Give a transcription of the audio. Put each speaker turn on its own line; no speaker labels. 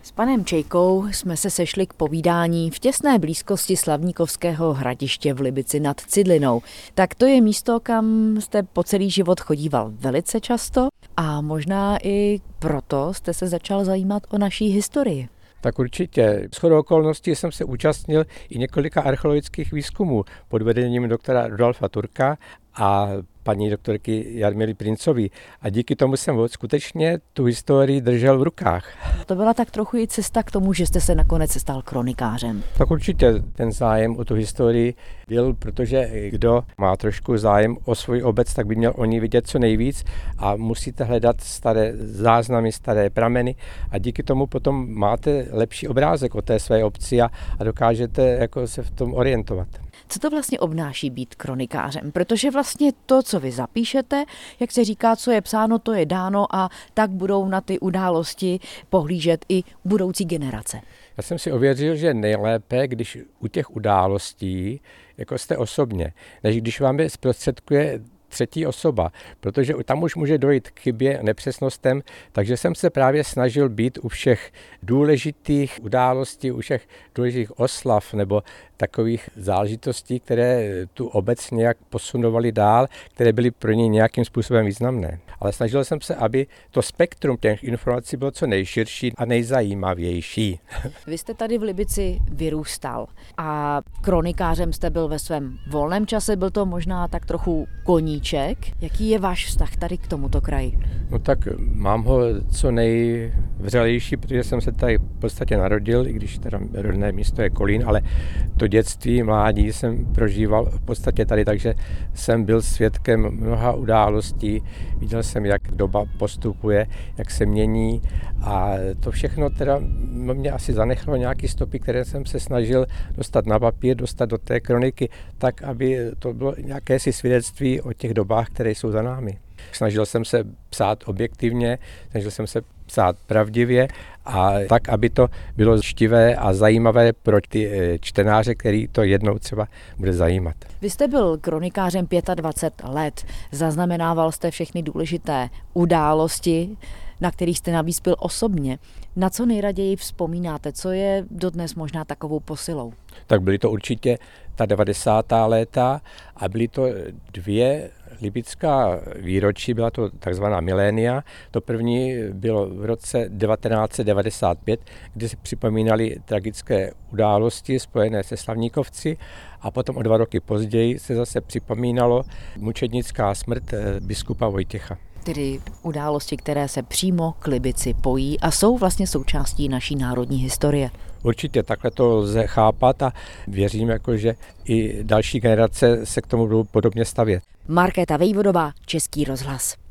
S panem Čejkou jsme se sešli k povídání v těsné blízkosti Slavníkovského hradiště v Libici nad Cidlinou. Tak to je místo, kam jste po celý život chodíval velice často a možná i proto jste se začal zajímat o naší historii.
Tak určitě. Shodou okolností jsem se účastnil i několika archeologických výzkumů pod vedením doktora Rudolfa Turka a paní doktorky Jarmily Princové. A díky tomu jsem skutečně tu historii držel v rukách.
To byla tak trochu i cesta k tomu, že jste se nakonec stal kronikářem.
Tak určitě ten zájem o tu historii byl, protože kdo má trošku zájem o svou obec, tak by měl o ní vidět co nejvíc a musíte hledat staré záznamy, staré prameny a díky tomu potom máte lepší obrázek o té své obci a dokážete jako se v tom orientovat.
Co to vlastně obnáší být kronikářem? Protože vlastně to, co vy zapíšete, jak se říká, co je psáno, to je dáno a tak budou na ty události pohlížet i budoucí generace.
Já jsem si ověřil, že nejlépe, když u těch událostí, jako jste osobně, než když vám je zprostředkuje třetí osoba, protože tam už může dojít k chybě, nepřesnostem, takže jsem se právě snažil být u všech důležitých událostí, u všech důležitých oslav nebo takových záležitostí, které tu obec nějak posunovaly dál, které byly pro ně nějakým způsobem významné. Ale snažil jsem se, aby to spektrum těch informací bylo co nejširší a nejzajímavější.
Vy jste tady v Libici vyrůstal a kronikářem jste byl ve svém volném čase, byl to možná tak trochu koníček. Jaký je váš vztah tady k tomuto kraji?
No tak mám ho co nejvřelejší, protože jsem se tady v podstatě narodil, i když teda rodné místo je Kolín, ale to dětství, mládí jsem prožíval v podstatě tady, takže jsem byl svědkem mnoha událostí, viděl jsem, jak doba postupuje, jak se mění a to všechno teda mě asi zanechalo nějaké stopy, které jsem se snažil dostat na papír, dostat do té kroniky, tak, aby to bylo nějaké si svědectví o těch dobách, které jsou za námi. Snažil jsem se psát objektivně, snažil jsem se psát pravdivě a tak, aby to bylo čtivé a zajímavé pro ty čtenáře, který to jednou třeba bude zajímat.
Vy jste byl kronikářem 25 let, zaznamenával jste všechny důležité události, na kterých jste navíc byl osobně. Na co nejraději vzpomínáte? Co je dodnes možná takovou posilou?
Tak byly to určitě ta 90. léta a byly to dvě libická výročí, byla to takzvaná milénia. To první bylo v roce 1995, kdy se připomínaly tragické události spojené se Slavníkovci a potom o 2 roky později se zase připomínalo mučednická smrt biskupa Vojtěcha.
Tedy události, které se přímo k Libici pojí a jsou vlastně součástí naší národní historie.
Určitě takhle to lze chápat a věřím, že i další generace se k tomu budou podobně stavět.
Markéta Vejvodová, Český rozhlas.